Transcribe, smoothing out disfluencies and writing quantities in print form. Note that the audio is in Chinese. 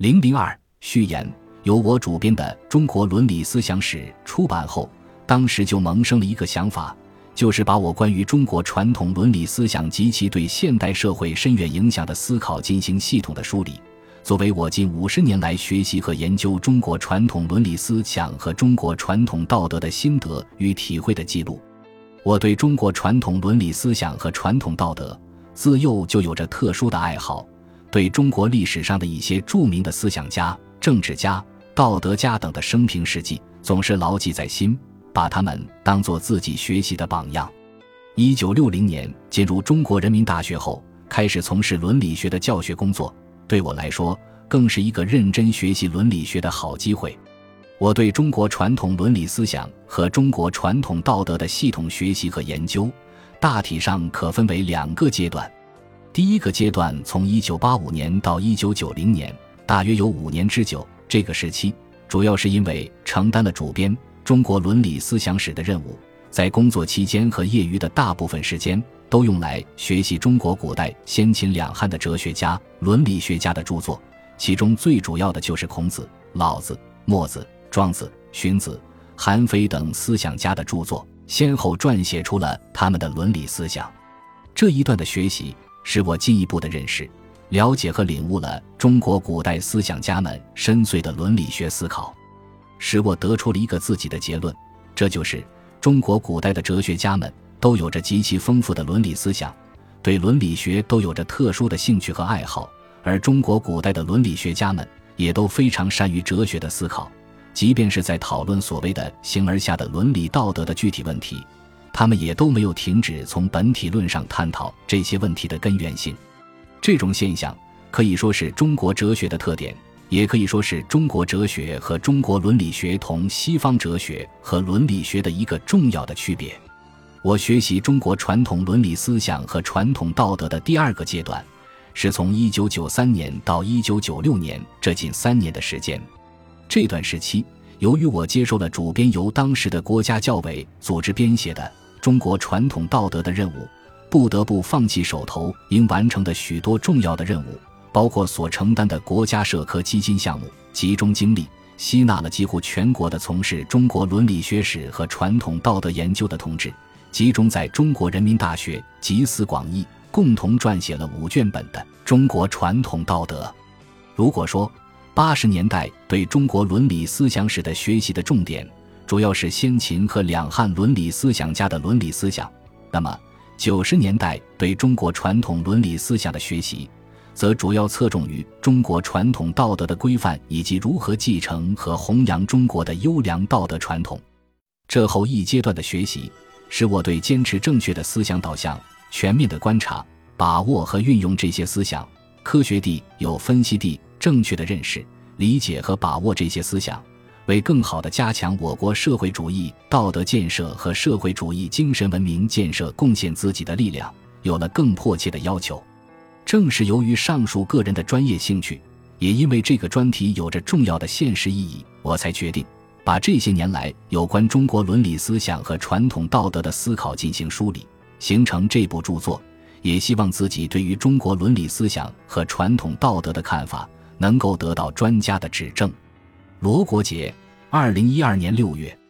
002序言，由我主编的《中国伦理思想史》出版后，当时就萌生了一个想法，就是把我关于中国传统伦理思想及其对现代社会深远影响的思考进行系统的梳理，作为我近50年来学习和研究中国传统伦理思想和中国传统道德的心得与体会的记录。我对中国传统伦理思想和传统道德自幼就有着特殊的爱好，对中国历史上的一些著名的思想家、政治家、道德家等的生平事迹总是牢记在心，把他们当作自己学习的榜样。1960年进入中国人民大学后，开始从事伦理学的教学工作，对我来说更是一个认真学习伦理学的好机会。我对中国传统伦理思想和中国传统道德的系统学习和研究，大体上可分为2个阶段。第一个阶段从1985年到1990年，大约有5年之久。这个时期主要是因为承担了主编《中国伦理思想史》的任务，在工作期间和业余的大部分时间都用来学习中国古代先秦两汉的哲学家、伦理学家的著作，其中最主要的就是孔子、老子、墨子、庄子、荀子、韩非等思想家的著作，先后撰写出了他们的伦理思想。这一段的学习使我进一步的认识、了解和领悟了中国古代思想家们深邃的伦理学思考，使我得出了一个自己的结论，这就是中国古代的哲学家们都有着极其丰富的伦理思想，对伦理学都有着特殊的兴趣和爱好，而中国古代的伦理学家们也都非常善于哲学的思考，即便是在讨论所谓的形而下的伦理道德的具体问题，他们也都没有停止从本体论上探讨这些问题的根源性。这种现象可以说是中国哲学的特点，也可以说是中国哲学和中国伦理学同西方哲学和伦理学的一个重要的区别。我学习中国传统伦理思想和传统道德的第2个阶段，是从1993年到1996年这近3年的时间。这段时期，由于我接受了主编由当时的国家教委组织编写的《中国传统道德》的任务，不得不放弃手头应完成的许多重要的任务，包括所承担的国家社科基金项目，集中精力吸纳了几乎全国的从事中国伦理学史和传统道德研究的同志，集中在中国人民大学集思广益，共同撰写了5卷本的《中国传统道德》。如果说80年代对中国伦理思想史的学习的重点主要是先秦和两汉伦理思想家的伦理思想，那么90年代对中国传统伦理思想的学习则主要侧重于中国传统道德的规范以及如何继承和弘扬中国的优良道德传统。这后一阶段的学习使我对坚持正确的思想导向、全面的观察、把握和运用这些思想，科学地有分析地正确的认识、理解和把握这些思想，为更好地加强我国社会主义道德建设和社会主义精神文明建设贡献自己的力量，有了更迫切的要求。正是由于上述个人的专业兴趣，也因为这个专题有着重要的现实意义，我才决定把这些年来有关中国伦理思想和传统道德的思考进行梳理，形成这部著作，也希望自己对于中国伦理思想和传统道德的看法能够得到专家的指正。罗国杰，2012年6月。